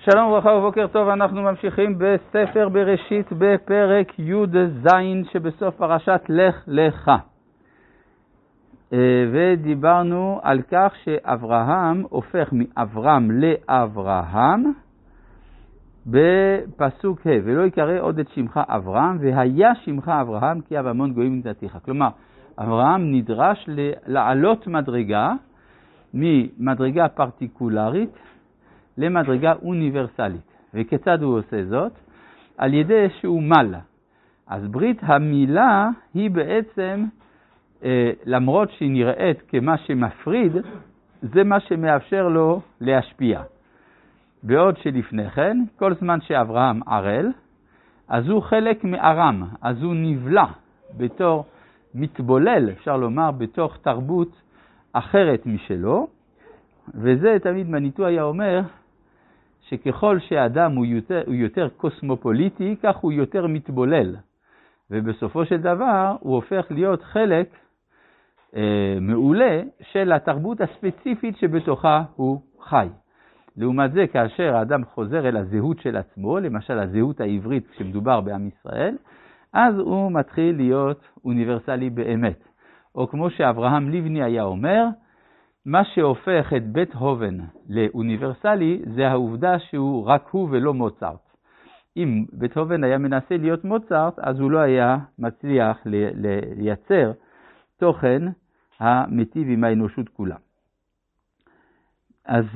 שלום וברכה ובוקר טוב, אנחנו ממשיכים בספר בראשית בפרק י"ז שבסוף פרשת לך לך. ודיברנו על כך שאברהם הופך מאברהם לאברהם בפסוק ה' ולא יקרא עוד את שמך אברהם והיה שמך אברהם כי אב המון גויים נתתיך. כלומר, אברהם נדרש לעלות מדרגה ממדרגה פרטיקולרית למדרגה אוניברסלית. וכיצד הוא עושה זאת? על ידי שהוא מל. אז ברית המילה היא בעצם, למרות שהיא נראית כמה שמפריד, זה מה שמאפשר לו להשפיע. בעוד שלפני כן, כל זמן שאברהם ערל, אז הוא חלק מארם, אז הוא נבלע בתור מתבולל, אפשר לומר, בתוך תרבות אחרת משלו. וזה תמיד מניטו היה אומר, שככל שהאדם הוא יותר קוסמופוליטי, כך הוא יותר מתבולל. ובסופו של דבר הוא הופך להיות חלק מעולה של התרבות הספציפית שבתוכה הוא חי. לעומת זה, כאשר האדם חוזר אל הזהות של עצמו, למשל הזהות העברית כשמדובר בעם ישראל, אז הוא מתחיל להיות אוניברסלי באמת. או כמו שאברהם לבני היה אומר, מה שהופך את בטהובן לאוניברסלי זה העובדה שהוא רק הוא ולא מוצרט. אם בטהובן היה מנסה להיות מוצרט, אז הוא לא היה מצליח לייצר תוכן המטיב עם האנושות כולה. אז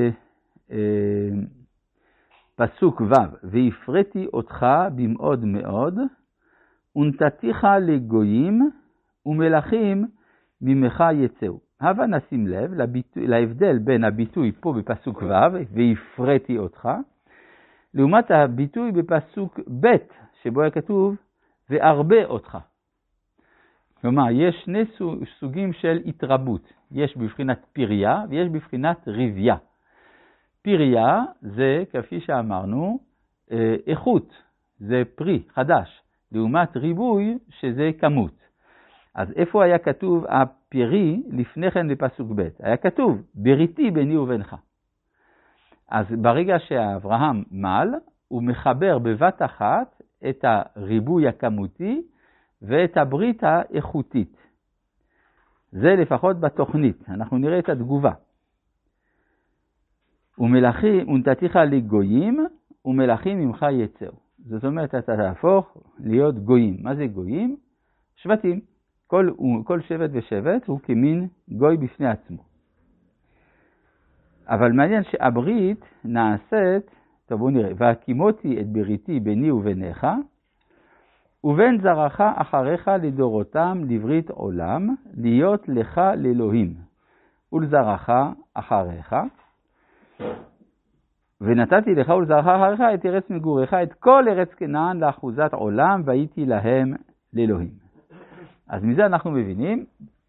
פסוק ו' והפרתי אותך במאוד מאוד, ונתתיך לגויים ומלכים ממך יצאו. הבה נשים לב להבדל בין הביטוי פה בפסוק ו' והפרתי אותך, לעומת הביטוי בפסוק ב' שבו היה כתוב והרבה אותך. כלומר, יש שני סוגים של התרבות. יש בבחינת פריה ויש בבחינת רביה. פריה זה, כפי שאמרנו, איכות, זה פרי חדש, לעומת ריבוי שזה כמות. אז איפה היה כתוב הפרי לפני כן בפסוק ב'? היה כתוב, בריתי ביני ובינך. אז ברגע שאברהם מל, הוא מחבר בבת אחת את הריבוי הכמותי ואת הברית האיכותית. זה לפחות בתוכנית, אנחנו נראה את התגובה. ונתתיך לגויים ומלכים ממך יצאו. זאת אומרת, אתה תהפוך להיות גויים. מה זה גויים? שבטים. כל שבט ושבט הוא כמין גוי בפני עצמו. אבל מעניין שהברית נעשית, טוב בואו נראה, והקימותי את בריתי ביני וביניך, ובין זרעך אחריך לדורותם לברית עולם, להיות לך לאלוהים, ולזרעך אחריך, ונתתי לך ולזרעך אחריך את ארץ מגוריך, את כל ארץ כנען לאחוזת עולם, והייתי להם לאלוהים. אז מזה אנחנו מבינים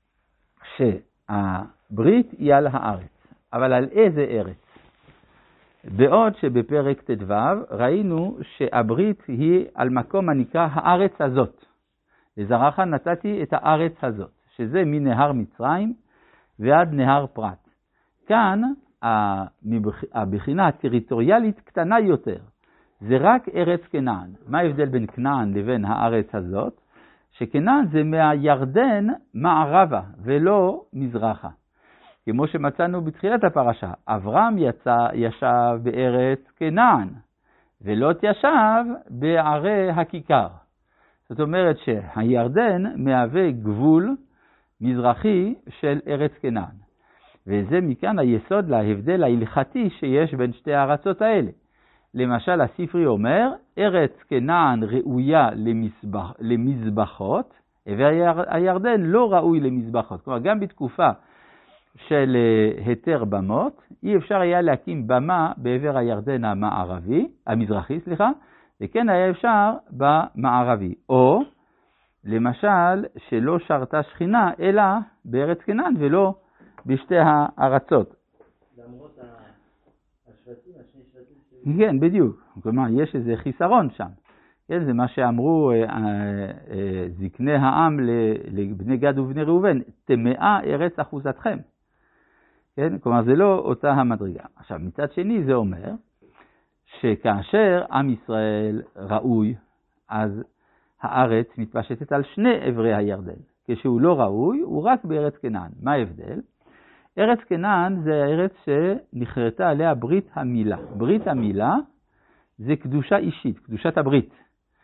שהברית היא על הארץ. אבל על איזה ארץ? בעוד שבפרק ט"ו ראינו שהברית היא על מקום הנקרא הארץ הזאת. לזרעך נתתי את הארץ הזאת, שזה מנהר מצרים ועד נהר פרת. כאן הבחינה הטריטוריאלית קטנה יותר. זה רק ארץ כנען. מה ההבדל בין כנען לבין הארץ הזאת? שכנען זה מהירדן מערבה ולא מזרחה. כמו שמצאנו בתחילת הפרשה, אברהם ישב בארץ כנען, ולוט ישב בערי הכיכר. זאת אומרת שהירדן מהווה גבול מזרחי של ארץ כנען. וזה מכאן היסוד להבדל ההלכתי שיש בין שתי הארצות האלה. למשל, הספרי אומר, ארץ כנען ראויה למזבחות, והירדן לא ראוי למזבחות. כלומר, גם בתקופה של היתר במות, אי אפשר היה להקים במה בעבר הירדן המזרחי, וכן היה אפשר במערבי. או, למשל, שלא שרתה שכינה, אלא בארץ כנען ולא בשתי הארצות. למרות השבטים, השני שבטים כן, בדיוק. כלומר, יש איזה חיסרון שם. כן, זה מה שאמרו זקני העם לבני גד ובני ראובן, טמאה ארץ אחוזתכם. כן, כלומר, זה לא אותה המדרגה. עכשיו, מצד שני זה אומר שכאשר עם ישראל ראוי, אז הארץ מתפשטת על שני עברי הירדן. כשהוא לא ראוי, הוא רק בארץ כנען. מה ההבדל? ארץ כנען זה הארץ שנחרטה עליה ברית המילה. ברית המילה זה קדושה אישית, קדושת הברית.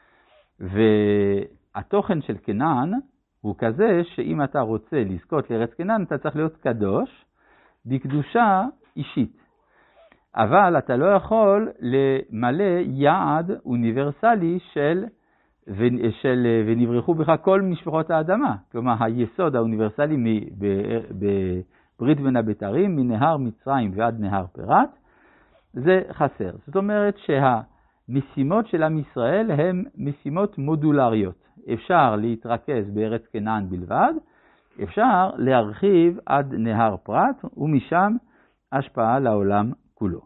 והתוכן של כנען הוא כזה שאם אתה רוצה לזכות לארץ כנען, אתה צריך להיות קדוש בקדושה אישית. אבל אתה לא יכול למלא יעד אוניברסלי של ונברחו בך כל משפחות האדמה. כלומר, היסוד האוניברסלי בברית בין הבתרים, מנהר מצרים ועד נהר פרת, זה חסר. זאת אומרת שהמשימות של עם ישראל הן משימות מודולריות. אפשר להתרכז בארץ כנען בלבד, אפשר להרחיב עד נהר פרת, ומשם השפעה לעולם כולו.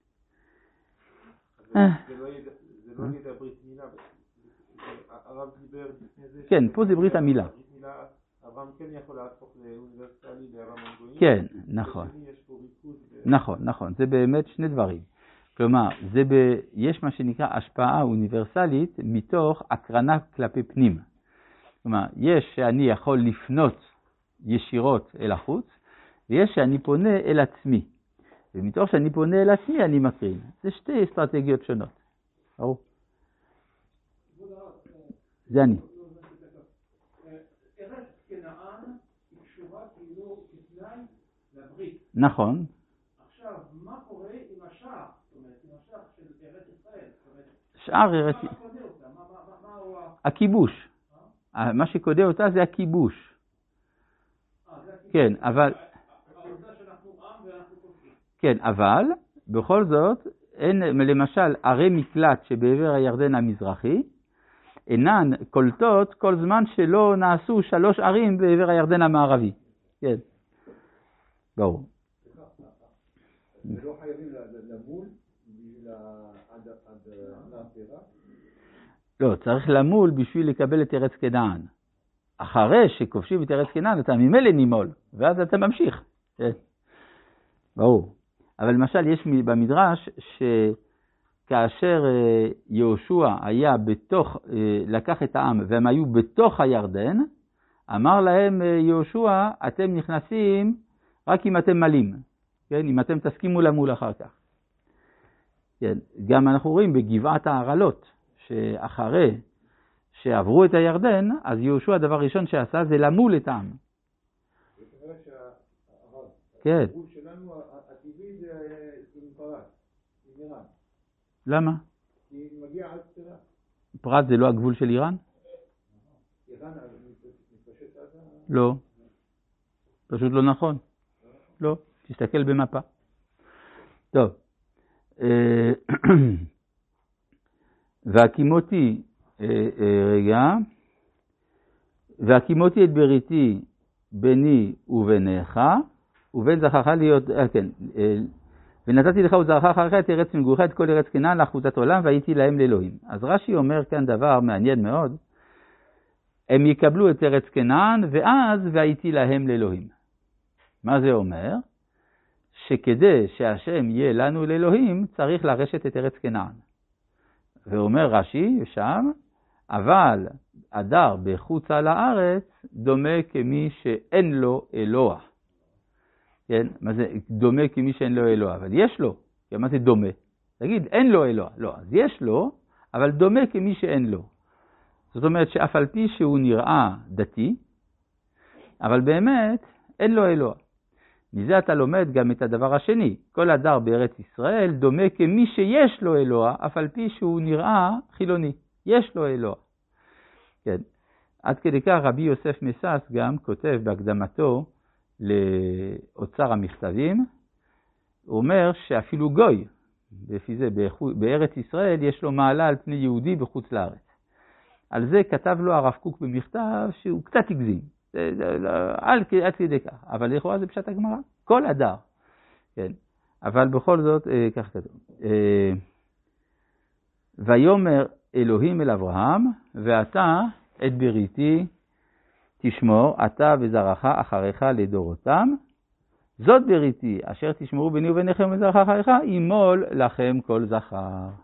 זה לא ידע ברית מילה, הרב דיבר לפני זה. כן, פה זה ברית המילה. ברית מילה, אברהם כן יכול להפוך לאוניברסלי לאברהם הגויים. כן, נכון. נכון, זה באמת שני דברים. כלומר, יש מה שנקרא השפעה אוניברסלית מתוך הקרנה כלפי פנים. כלומר, יש שאני יכול לפנות ישירות אל החוץ, ויש שאני פונה אל עצמי. ומתוך שאני פונה אל עצמי אני מקרין. זה שתי אסטרטגיות שונות. ברור? זה אני. ארץ כנען היא קשורה כאילו כתנאי לברית. נכון. עכשיו, מה קורה עם השאר? זאת אומרת, עם השאר של ארץ ישראל. שאר ארץ... מה קודה אותה? מה הוא... הכיבוש. מה שקודה אותה זה הכיבוש. כן, אבל... כן, אבל בכל זאת, למשל, ערי מקלט שבעבר הירדן המזרחי, אינן קולטות כל זמן שלא נעשו 3 ערים בעבר הירדן המערבי. כן. ברור. ולא חייבים למול עד נהר? לא, צריך למול בשביל לקבל את ארץ כנען. אחרי שכובשים את ארץ כנען, אתה ממילא נימול, ואז אתה ממשיך. כן. ברור. אבל למשל יש במדרש שכאשר יהושע היה לקח את העם והם היו בתוך הירדן, אמר להם יהושע, אתם נכנסים רק אם אתם מלאים, כן? אם אתם תסכימו למול אחר כך. כן? גם אנחנו רואים בגבעת הערלות, שאחרי שעברו את הירדן, אז יהושע הדבר ראשון שעשה זה למול את העם. כן. הטבעי זה עם פרט, עם איראן. למה? כי מגיע עד פרט. פרט זה לא הגבול של איראן? איראן מתפשט עד... לא. פשוט לא נכון. לא. תסתכל במפה. טוב. והקימותי, והקימותי את בריתי ביני וביניך, ובין זכרך להיות, כן, ונתתי לך וזרעך אחריך את ארץ מגורך, את כל ארץ כנען לאחוזת עולם, והייתי להם לאלוהים. אז רש"י אומר כאן דבר מעניין מאוד, הם יקבלו את ארץ כנען, ואז והייתי להם לאלוהים. מה זה אומר? שכדי שהשם יהיה לנו לאלוהים, צריך לרשת את ארץ כנען. ואומר רש"י שם, אבל הדר בחוץ על הארץ דומה כמי שאין לו אלוה. כן? מה זה דומה כמי שאין לו אלוה? אבל יש לו. מה זה דומה? תגיד, אין לו אלוה. לא, אז יש לו, אבל דומה כמי שאין לו. זאת אומרת שאף על פי שהוא נראה דתי, אבל באמת אין לו אלוה. מזה אתה לומד גם את הדבר השני. כל הדר בארץ ישראל דומה כמי שיש לו אלוה, אף על פי שהוא נראה חילוני. יש לו אלוה. כן. עד כדי כך רבי יוסף מסס גם כותב בהקדמתו לאוצר המכתבים, הוא אומר שאפילו גוי, לפי זה בארץ ישראל יש לו מעלה על פני יהודי בחוץ לארץ. על זה כתב לו הרב קוק במכתב שהוא קצת הגזים. עד כדי כך. אבל לכאורה זה פשט הגמרא. כל הדר. כן. אבל בכל זאת, כך כתוב. ויאמר אלוהים אל אברהם, ואתה את בריתי תשמור, אתה וזרעך אחריך לדורותם. זאת בריתי, אשר תשמרו ביני וביניכם וזרעך אחריך, ימול לכם כל זכר.